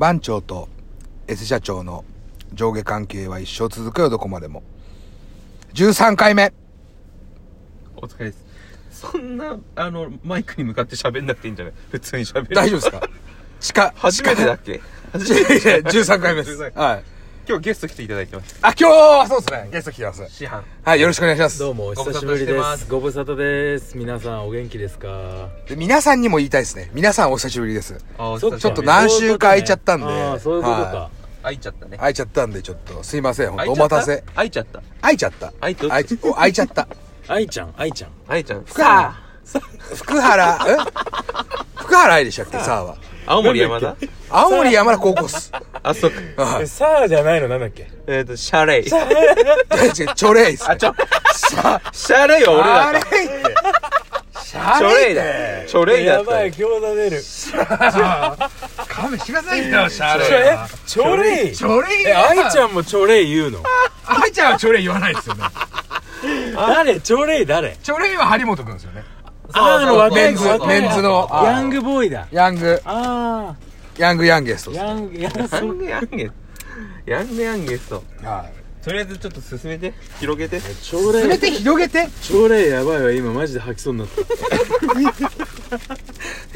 番長と S 社長の上下関係は一生続くよどこまでも。13回目。 お疲れです。そんなマイクに向かって喋んなくていいんじゃない？普通に喋る。 大丈夫ですか？ 初めてだっけ ？13回目です。はい。 今日ゲスト来ていただいてます。 あ、今日はそうですね。ゲスト来てます。 師範。 はい、よろしくお願いします。 どうもお久しぶりです。ご無沙汰です。皆さんお元気ですか？ で皆さんにも言いたいですね。皆さんお久しぶりです。 あ、 ちょっと何週か空いちゃったんで。 ああ、そういうことか。 はい、 空いちゃったね。 空いちゃったんでちょっとすいません。ほんとお待たせ。 空いちゃった。 空いちゃった。 空いちゃった。 空いちゃった。 愛ちゃん。 福原愛でしたっけ？さあは。 青森山田高校っす。 あ、そっか。さあじゃないのなんだっけ？ シャレイ。 チョレイっす。 あ、シャレイは俺らか。 シャレイだよ。 チョレイだった。 やばい、餃子出る。 勘弁してくださいよ、シャレイ。 チョレイ愛ちゃんもチョレイ言うの？ 愛ちゃんはチョレイ言わないですよね。 誰？チョレイ誰？ チョレイは張本くんですよね。 メンズのヤングボーイだ。 ヤングヤンゲスト。 ヤングヤンゲスト。はい。とりあえずちょっと進めて、広げて。 広げて。チョレイやばいわ、今マジで吐きそうになった。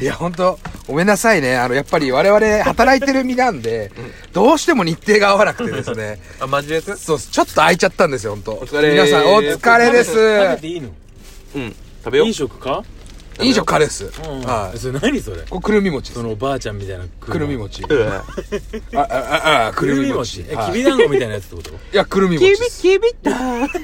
いや、ほんとごめんなさいね。やっぱり我々働いてる身なんで、どうしても日程が合わなくてですね。 あ、マジです？ そう、ちょっと空いちゃったんですよ、ほんと。 お疲れ。 皆さんお疲れです。 食べていいの？ うん。食べよう。 飲食か？ 飲食カレーっす。 はい。それ何それ？ これくるみ餅。 そのおばあちゃんみたいなくるみ餅。くるみ餅。きびだんごみたいなやつってこと？ いや、くるみ餅。きびだ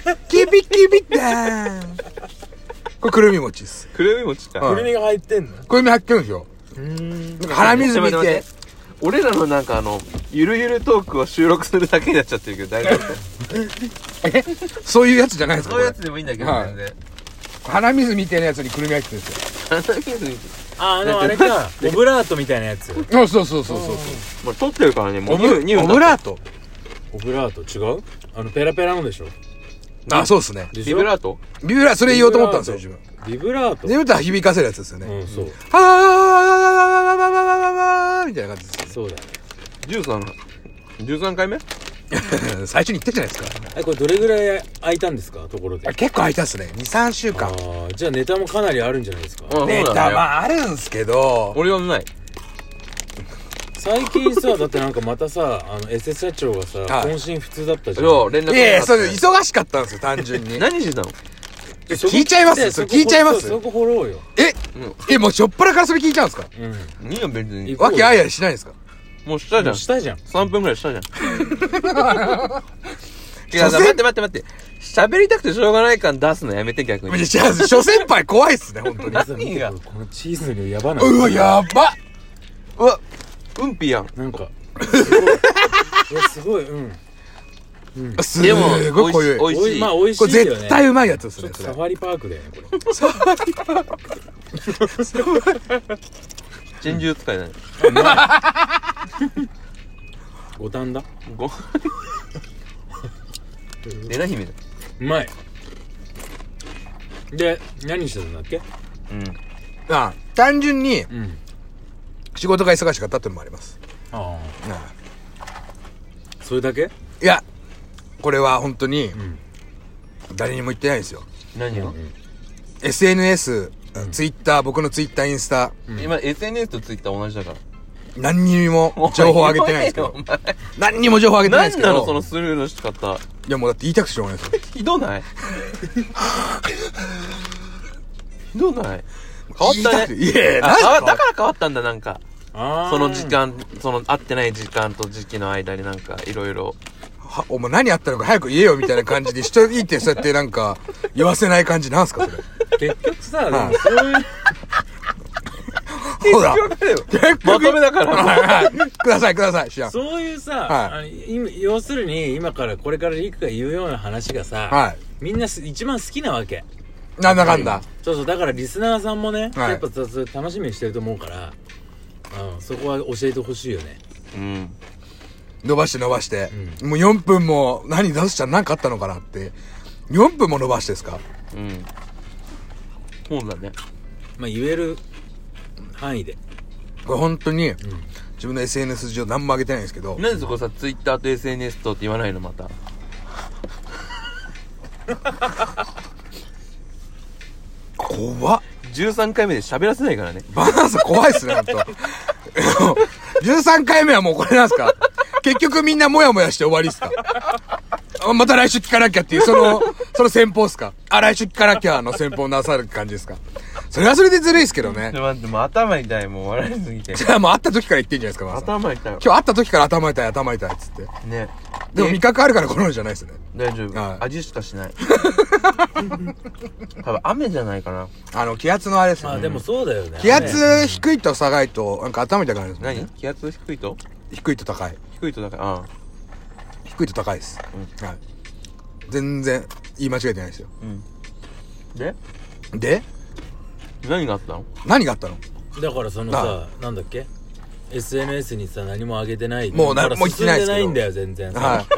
ー。これくるみ餅です。 くるみ餅か。 くるみが入ってんの？ くるみ入ってるんですよ。なんか鼻水見て。 俺らのなんかゆるゆるトークを収録するだけになっちゃってるけど大丈夫？そういうやつじゃないですか？ そういうやつでもいいんだけど全然。 鼻水みたいなやつにくるみ入ってるんですよ。 鼻水みたいな。 あれか。オブラートみたいなやつ。 そう。 まあ、撮ってるからね、もうオブラート違う？ペラペラのでしょ？ あ、そうっすね。 ビブラート、 それ言おうと思ったんですよ、自分。 ビブラート？ ビブラートは響かせるやつですよね。 うん、そう。 みたいな感じですよね。 そうだね。 13回目最初に言ったじゃないですか。 これどれぐらい空いたんですか？ところで。 結構空いたっすね。2、3週間。 じゃあネタもかなりあるんじゃないですか？ ネタまああるんすけど、 俺はない。 最近さ、だってなんかまたさ、SS 社長がさ、渾身普通だったじゃん。 そう、連絡。 いやいや、それ忙しかったんですよ、単純に。 何してたの？ 聞いちゃいます？聞いちゃいます？ そこ掘ろうよ。 もうしょっぱなからそれ聞いちゃうんですか？ うん。 いいよ、別に。 わけあいあいしないんですか？ もうしたじゃん。3分くらいしたじゃん。いや、待って。喋りたくてしょうがない感出すのやめて、逆に。 諸先輩怖いっすね、本当に。 何が？このチーズのやばない？ うわ、やばっ。 うわ、うんぴやん。 なんか。すごい、うん。 すごい濃ゆい。 美味しい。まあ美味しいこれ絶対うまいやつですね。 サファリパークだよね、これ。 サファリパーク。 珍獣使いだね。 五反田？ レナ姫だ。 うまい。で、何してたんだっけ？ 単純に仕事が忙しかったってのもあります。 それだけ？ いや、これは本当に誰にも言ってないんですよ。 何を ？SNS、ツイッター、僕のツイッター、インスタ。 今 SNS とツイッター同じだから。 何にも情報上げてないんですけど。何にも情報上げてないんですけど。 何なのそのスルーの仕方。 いやもうだって言いたくてしょうがないですよ。 ひどない？ひどない？変わったね。 いやだから変わったんだ、なんか。その時間、会ってない時間と時期の間になんかいろいろ。 お前何あったのか早く言えよみたいな感じで人いいってそうやってなんか言わせない感じなんすかそれ。 結局さ、でもそういう。 ほら。 まとめだから。 ください、知らん。 そういうさ、要するに今からこれからリクが言うような話がさ、みんな一番好きなわけ。 なんだかんだ。 そうだからリスナーさんもね、やっぱ楽しみにしてると思うから、そこは教えてほしいよね。 伸ばして、もう4分も何出しちゃなんかあったのかなって4分も伸ばしてですか？ そうだね。 まあ言える範囲で。 これ本当に、自自分の SNS 上何も上げてないんですけど。 なんでそこさ、ツイッターと SNS とって言わないのまた。 怖っ。 13回目で喋らせないからね。 バナナさん怖いっすね、ほんと。13回目はもうこれなんすか？結局みんなモヤモヤして終わりっすか？また来週聞かなきゃっていう、その戦法っすか？来週聞かなきゃの戦法なさる感じですか？それはそれでずるいっすけどね。 待って、もう頭痛い、もう笑いすぎて。 じゃあもう会った時から言ってんじゃないですか、まさん。 頭痛い。 今日会った時から頭痛いっつって。 ね。 でも味覚あるからこのじゃないっすね。 大丈夫。 はい味しかしない。多分雨じゃないかな。 気圧のあれですよね。 でもそうだよね。 気圧低いと下がいと、なんか頭痛くなるんですもんね。 何？気圧低いと？ 低いと高い。 低いと高い。ああ。 低いと高いです。はい。全然言い間違えてないですよ。で何があったの？ 何があったの？ だからそのさ、なんだっけ、 SNS にさ何も上げてない。 もう何も言ってないですけど。 進んでないんだよ全然。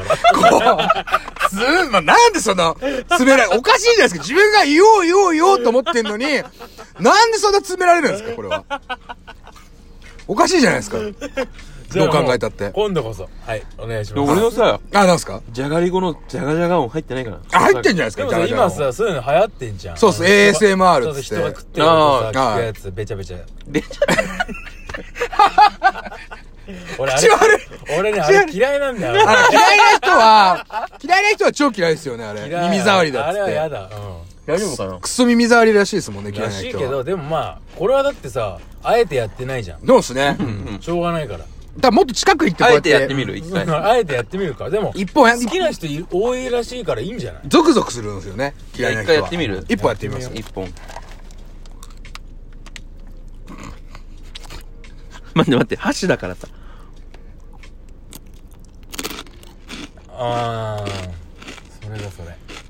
なんでそんな詰められ、おかしいじゃないですか。自分が言おうと思ってんのに、なんでそんな詰められるんですかこれは。おかしいじゃないですか。どう考えたって。 今度こそはいお願いします。 俺のさ、 なんすか？ じゃがりこのじゃがじゃが音入ってないかな。 入ってんじゃないですか。 でもさ今さそういうの流行ってんじゃん。 そうっす、ASMR っつって。 人が食ってるとさ聞くやつべちゃべちゃ。俺ねあれ嫌いなんだよ。 嫌いな人は超嫌いですよね、あれ。耳障りだっつって。 あれは嫌だ。 大丈夫かな？ クソ耳障りらしいですもんね、嫌いらな人は。 しいけど、でもまあこれはだってさあえてやってないじゃん。 そうっすね。 しょうがないから。 だからもっと近く行ってこうやって。 あえてやってみる一回。 あえてやってみるか。でも一本好きな人多いらしいからいいんじゃない？ ゾクゾクするんですよね、嫌いな人は。 一回やってみる？ 一本やってみます。 一本。待って、箸だからさ。 それだそれ。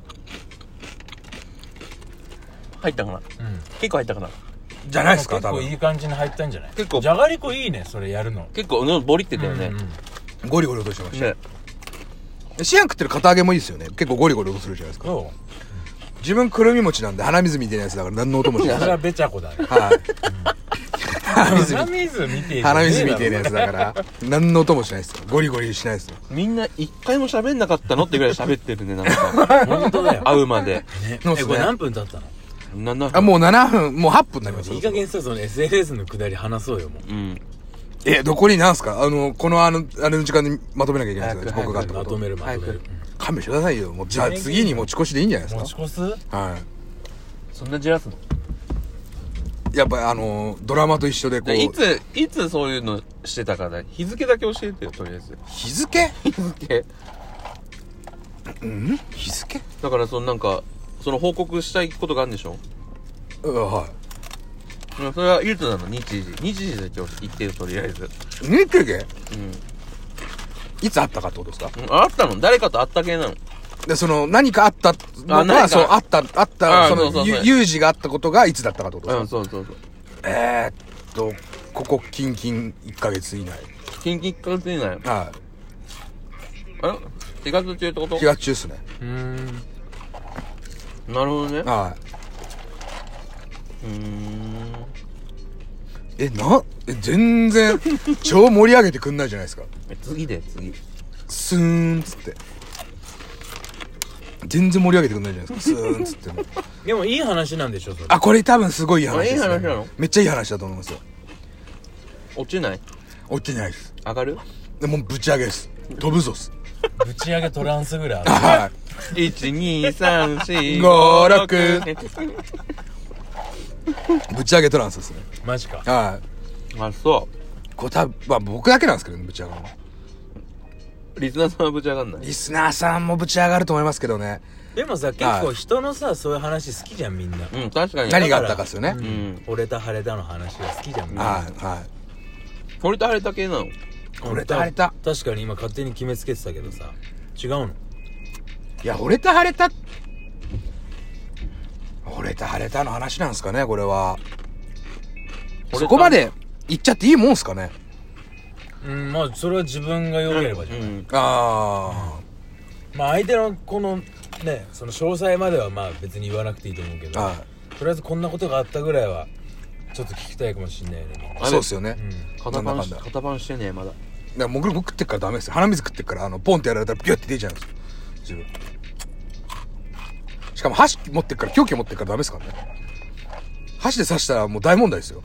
入ったかな？結構入ったかな？ じゃないですか、 結構いい感じに入ったんじゃない？ 結構じゃがりこいいね、それやるの。 結構ボリってたよね。 ゴリゴリ落としてました。 ね。 シアン食ってる片揚げもいいですよね。結構ゴリゴリ音するじゃないですか。 そう。 自分くるみ餅なんで鼻水みたいなやつだから何の音もしない。 それはべちゃこだね。 はい。 鼻水みてえ。 鼻水みたいなやつだから何の音もしないですよ。ゴリゴリしないですよ。 みんな一回も喋んなかったのってぐらい喋ってるね、なんか。 本当だよ。 会うまで。 これ何分経ったの ？7分。 もう7分、もう8分になります。 いい加減さ、その SNS のくだり話そうよ、もう。 どこになんすか？このあれの時間にまとめなきゃいけないんですか？僕がってこと。 まとめる。 勘弁してくださいよ。もうじゃあ次に持ち越しでいいんじゃないですか？ 持ち越す？ はい。 そんなじらすの？ やっぱドラマと一緒でこう。 いつそういうのしてたかだ。日付だけ教えてよ、とりあえず。 日付？ 日付。 日付？ だからなんか、その報告したいことがあるんでしょ？ はい。 それはいつなの？日時で今日言ってよ、とりあえず。 日付？いつ会ったかってことですか？ あったの？誰かと会った系なの？ で、何かあったのが、そう、あった、有事があったことがいつだったかってことですか？ そう。 ここ、近々1ヶ月以内。 近々1ヶ月以内？ はい。 4月中ってこと？ 4月中っすね。 なるほどね。 はい。全然、超盛り上げてくんないじゃないですか。 次。 スーンっつって。全然盛り上げてくんないじゃないですか。スーンっつっても。 でもいい話なんでしょ、それ。 これ多分すごいいい話です、ね。 いい話なの？ めっちゃいい話だと思いますよ。 落ちない？ 落ちないです。 上がる？ もうぶち上げです。飛ぶぞっす。 ぶち上げトランスぐらいある。 はい。 1、2、3、4、 5、6。ぶち上げトランスですね。 マジか。 はい。 そう。 これ多分、僕だけなんですけどね、ぶち上がるの。 リスナーさんはぶち上がんない？ リスナーさんもぶち上がると思いますけどね。 でもさ、結構人のさ、そういう話好きじゃん、みんな。 確かに。 何があったかっすよね。 惚れた晴れたの話が好きじゃん、みんな。 はい。 惚れた晴れた系なの？ 惚れた晴れた。 確かに今勝手に決めつけてたけどさ、違うの？ いや、惚れた晴れたの話なんですかね、これは。そこまで言っちゃっていいもんすかね。 まあそれは自分が良ければじゃん。まあ相手のこのね、その詳細まではまあ別に言わなくていいと思うけど、とりあえずこんなことがあったぐらいはちょっと聞きたいかもしんないよね。 そうっすよね。 肩パンしてねえまだ。 僕食ってっからダメですよ。鼻水食ってっからポンってやられたらビュッて出ちゃうんですよ。自分。しかも箸持ってっから、凶器持ってっからダメですからね。箸で刺したらもう大問題ですよ。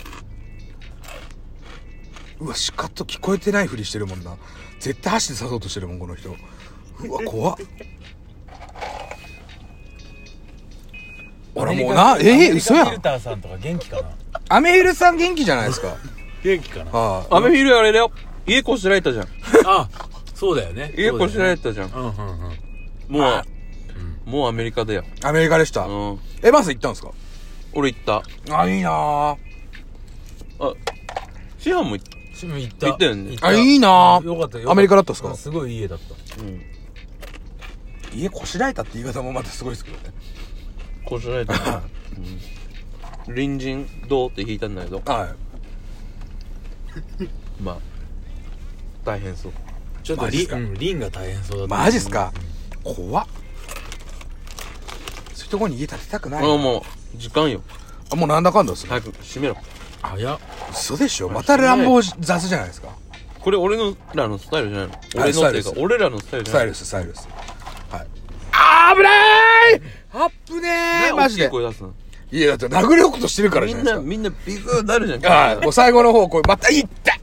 うわ、しかと聞こえてないふりしてるもんな。絶対箸で刺そうとしてるもん、この人。うわ、怖っ。俺もうな、嘘やん。 アメリカフィルターさんとか元気かな。 アメフィルさん元気じゃないですか。 元気かな。 アメフィルあれだよ。家こしられたじゃん。 あ、そうだよね。 家こしられたじゃん。もうアメリカだよ。 アメリカでした。マス行ったんですか？ 俺行った。 あ、いいなぁ。 シハンも行った。行ったよね。 あ、いいなぁ。 よかったよ。 アメリカだったんですか？ すごいいい家だった。 家こしらえたって言い方もまたすごいですけどね。 こしらえた。隣人どうって聞いたんだけど。 はい。 まあ、大変そう。 ちょっとリンが大変そうだった。 マジっすか？怖っ。そういうとこに家建てたくない。 もう、時間よ。 もうなんだかんだっすね。 早く閉めろ。 早っ。 嘘でしょ？また乱暴雑じゃないですか。 これ俺らのスタイルじゃないの？俺のっていうか、俺らのスタイルじゃないの？ スタイルです。はい。あー、危ないー！あっぶねー！マジで。 声出すの？ いや、だって殴りよくとしてるからじゃないですか。 みんなビクーなるじゃん。 ああ、もう最後の方、またいった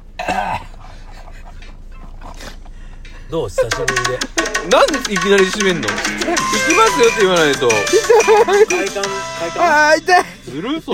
どう？久しぶりで。 なんでいきなり閉めんの？行きますよって言わないと。 快感。 あー、痛いずるいそれ。